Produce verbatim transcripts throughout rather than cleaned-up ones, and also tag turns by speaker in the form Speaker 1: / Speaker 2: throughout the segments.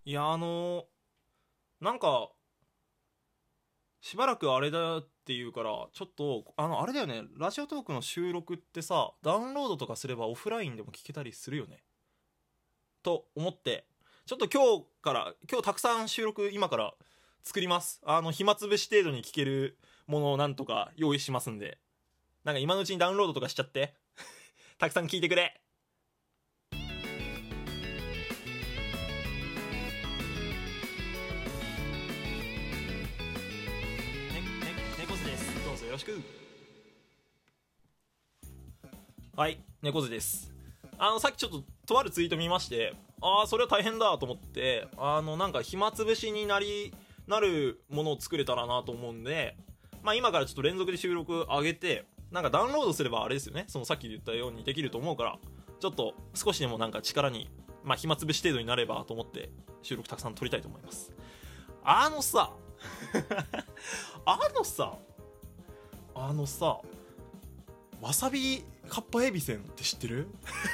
Speaker 1: いや、あのなんかしばらくあれだっていうから、ちょっとあのあれだよね、ラジオトークの収録ってさ、ダウンロードとかすればオフラインでも聞けたりするよねと思って、ちょっと今日から今日たくさん収録今から作ります。あの暇つぶし程度に聞けるものをなんとか用意しますんで、なんか今のうちにダウンロードとかしちゃってたくさん聞いてくれ。ねね猫背です、どうぞよろしく。はい、猫背です。あのさっきちょっととあるツイート見まして、ああそれは大変だと思って、あのなんか暇つぶしになりなるものを作れたらなと思うんで、まあ今からちょっと連続で収録上げて、なんかダウンロードすればあれですよね、そのさっき言ったようにできると思うから、ちょっと少しでもなんか力に、まあ暇つぶし程度になればと思って収録たくさん撮りたいと思います。あのさあのさあのさわさびかっぱえびせんって知ってる？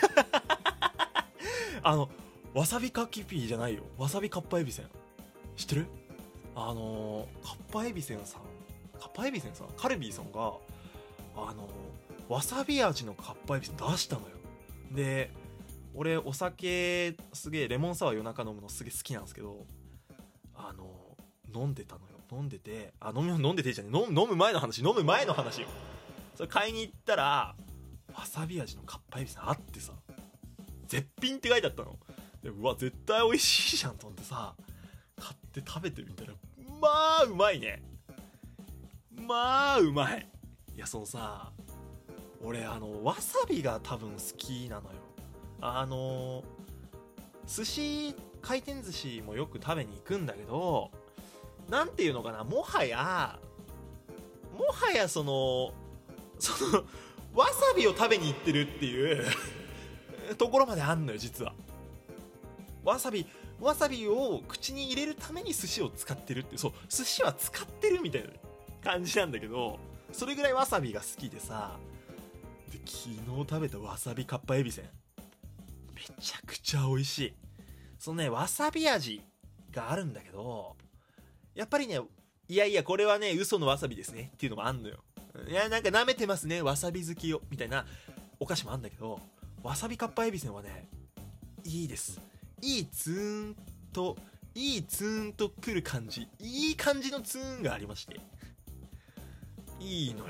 Speaker 1: あのわさびかきピーじゃないよ、わさびかっぱえびせん知ってる？あのー、かっぱえびせんさんかっぱえびせんさんカルビーさんがあのー、わさび味のかっぱえびせん出したのよ。で俺お酒すげえレモンサワー夜中飲むのすげえ好きなんですけど、あのー、飲んでたのよ。飲んでてあ飲む飲んでてじゃね飲む飲む前の話飲む前の話よ。それ買いに行ったらわさび味のかっぱえびせんあってさ、絶品って書いてあったので、うわ絶対美味しいじゃんと思ってさ、買って食べてみたらまあうまいね。まあうまい。いやそのさ、俺あのわさびが多分好きなのよ。あの寿司回転寿司もよく食べに行くんだけど、なんていうのかな、もはやもはやそのそのわさびを食べに行ってるっていうところまであんのよ実は。わさびわさびを口に入れるために寿司を使ってるって、そう寿司は使ってるみたいな感じなんだけど、それぐらいわさびが好きでさ、で昨日食べたわさびかっぱえびせんめちゃくちゃ美味しい。そのねわさび味があるんだけど、やっぱりね、いやいやこれはね嘘のわさびですねっていうのもあんのよ。いやなんか舐めてますねわさび好きをみたいなお菓子もあんだけど、わさびかっぱえびせんはねいいです。いいツーンといいツーンとくる感じ、いい感じのツーンがありまして、いいのよ。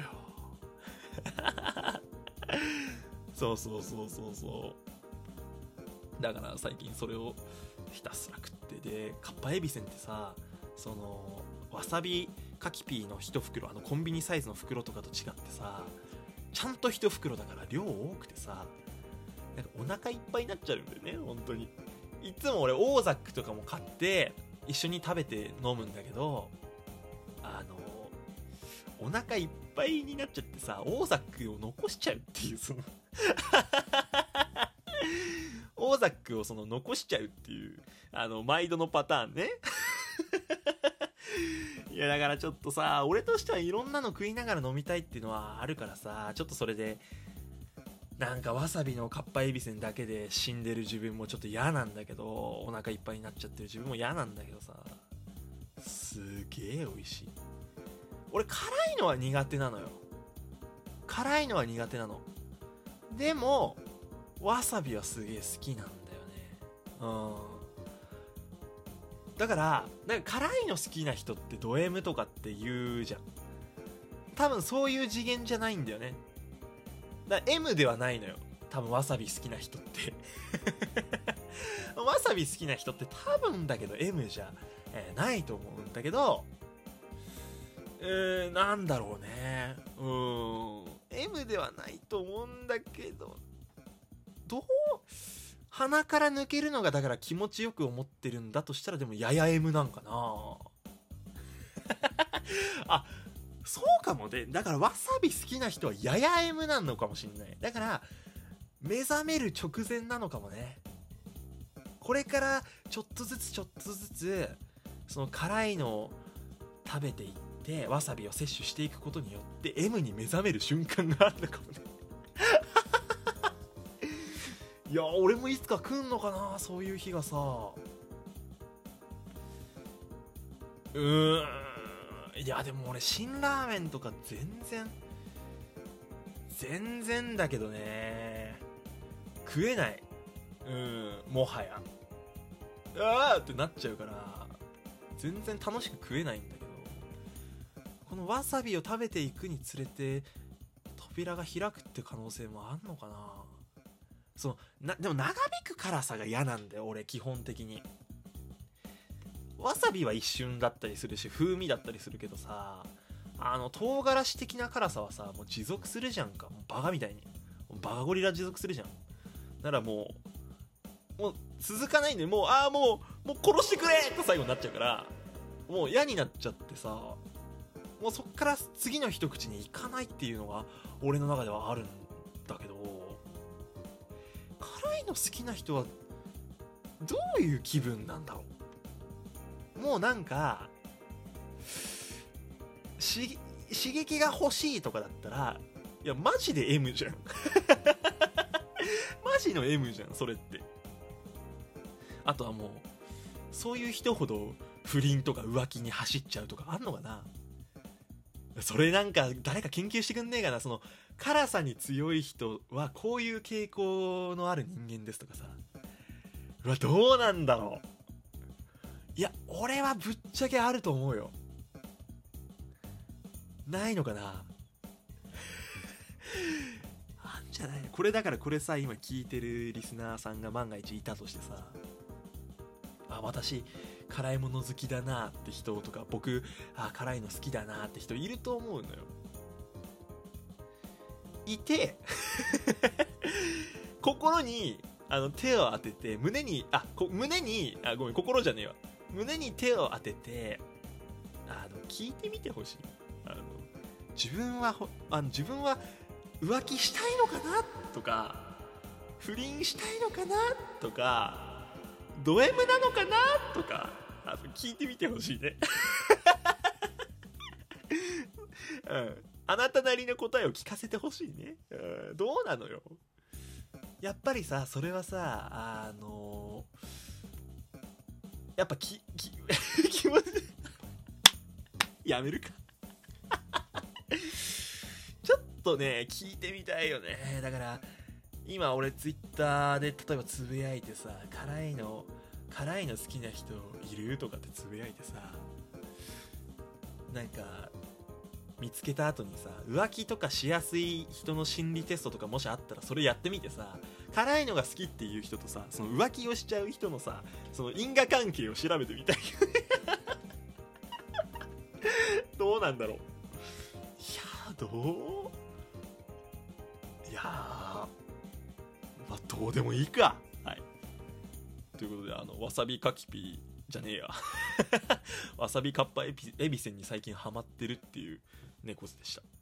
Speaker 1: そうそうそうそうそう、だから最近それをひたすら食って、でかっぱえびせんってさ、そのわさびかきピーの一袋、あのコンビニサイズの袋とかと違ってさ、ちゃんと一袋だから量多くてさ、なんかお腹いっぱいになっちゃうんだよね本当に。いつも俺オーザックとかも買って一緒に食べて飲むんだけど、あのお腹いっぱいになっちゃってさ、オーザックを残しちゃうっていう、そのオーザックをその残しちゃうっていうあの毎度のパターンね。いやだからちょっとさ、俺としてはいろんなの食いながら飲みたいっていうのはあるからさ、ちょっとそれでなんかわさびのかっぱえびせんだけで死んでる自分もちょっと嫌なんだけど、お腹いっぱいになっちゃってる自分も嫌なんだけどさ、すげえ美味しい。俺辛いのは苦手なのよ。辛いのは苦手なの。でもわさびはすげえ好きなんだよね。うんだからなんか辛いの好きな人ってド M とかって言うじゃん。多分そういう次元じゃないんだよね。だ M ではないのよ多分わさび好きな人ってわさび好きな人って多分だけど M じゃ、えーないと思うんだけど、えー、なんだろうね、うーん M ではないと思うんだけど、どう鼻から抜けるのがだから気持ちよく思ってるんだとしたら、でもやや M なんかな。あ、そうかもね。だからわさび好きな人はやや M なのかもしんない。だから目覚める直前なのかもね。これからちょっとずつちょっとずつその辛いのを食べていってわさびを摂取していくことによって M に目覚める瞬間があるのかもね。いや俺もいつか来んのかなそういう日がさ。 うーん、いやでも俺辛ラーメンとか全然全然だけどね、食えない。うん、もはやあーってなっちゃうから全然楽しく食えないんだけど、このわさびを食べていくにつれて扉が開くって可能性もあんのかな。そのなでも長引く辛さが嫌なんだよ俺基本的に。わさびは一瞬だったりするし風味だったりするけどさ、あの唐辛子的な辛さはさもう持続するじゃんか、もうバカみたいにバカゴリラ持続するじゃん。だからもうもう続かないんで、もうああもうもう殺してくれって最後になっちゃうから、もう嫌になっちゃってさ、もうそっから次の一口に行かないっていうのが俺の中ではあるんだけど、辛いの好きな人はどういう気分なんだろう。もうなんかし刺激が欲しいとかだったら、いやマジで M じゃんマジの M じゃんそれって。あとはもうそういう人ほど不倫とか浮気に走っちゃうとかあんのかな。それなんか誰か研究してくんねえかな。その辛さに強い人はこういう傾向のある人間ですとかさ。うわどうなんだろう。いや俺はぶっちゃけあると思うよ。ないのかなあんじゃない。これだからこれさ今聞いてるリスナーさんが万が一いたとしてさ、あ私辛いもの好きだなって人とか、僕あ辛いの好きだなって人いると思うのよ。いて心にあの手を当てて胸にあこ胸にあごめん心じゃねえわ胸に手を当ててあの聞いてみてほしい。あの自分はあの自分は浮気したいのかなとか不倫したいのかなとかド M なのかなとかあの聞いてみてほしいね、うん、あなたなりの答えを聞かせてほしいね、うん、どうなのよ。やっぱりさそれはさあのやっぱきき気持ちやめるかちょっとね聞いてみたいよね。だから今俺ツイッターで例えばつぶやいてさ辛いの辛いの好きな人いるとかってつぶやいてさ、なんか見つけた後にさ浮気とかしやすい人の心理テストとかもしあったらそれやってみてさ、辛いのが好きっていう人とさその浮気をしちゃう人のさその因果関係を調べてみたいどうなんだろう。いやどういやまあどうでもいいか。はいということであのわさびかきピーじゃねえやわさびカッパエビエビセンに最近ハマってるっていう猫背でした。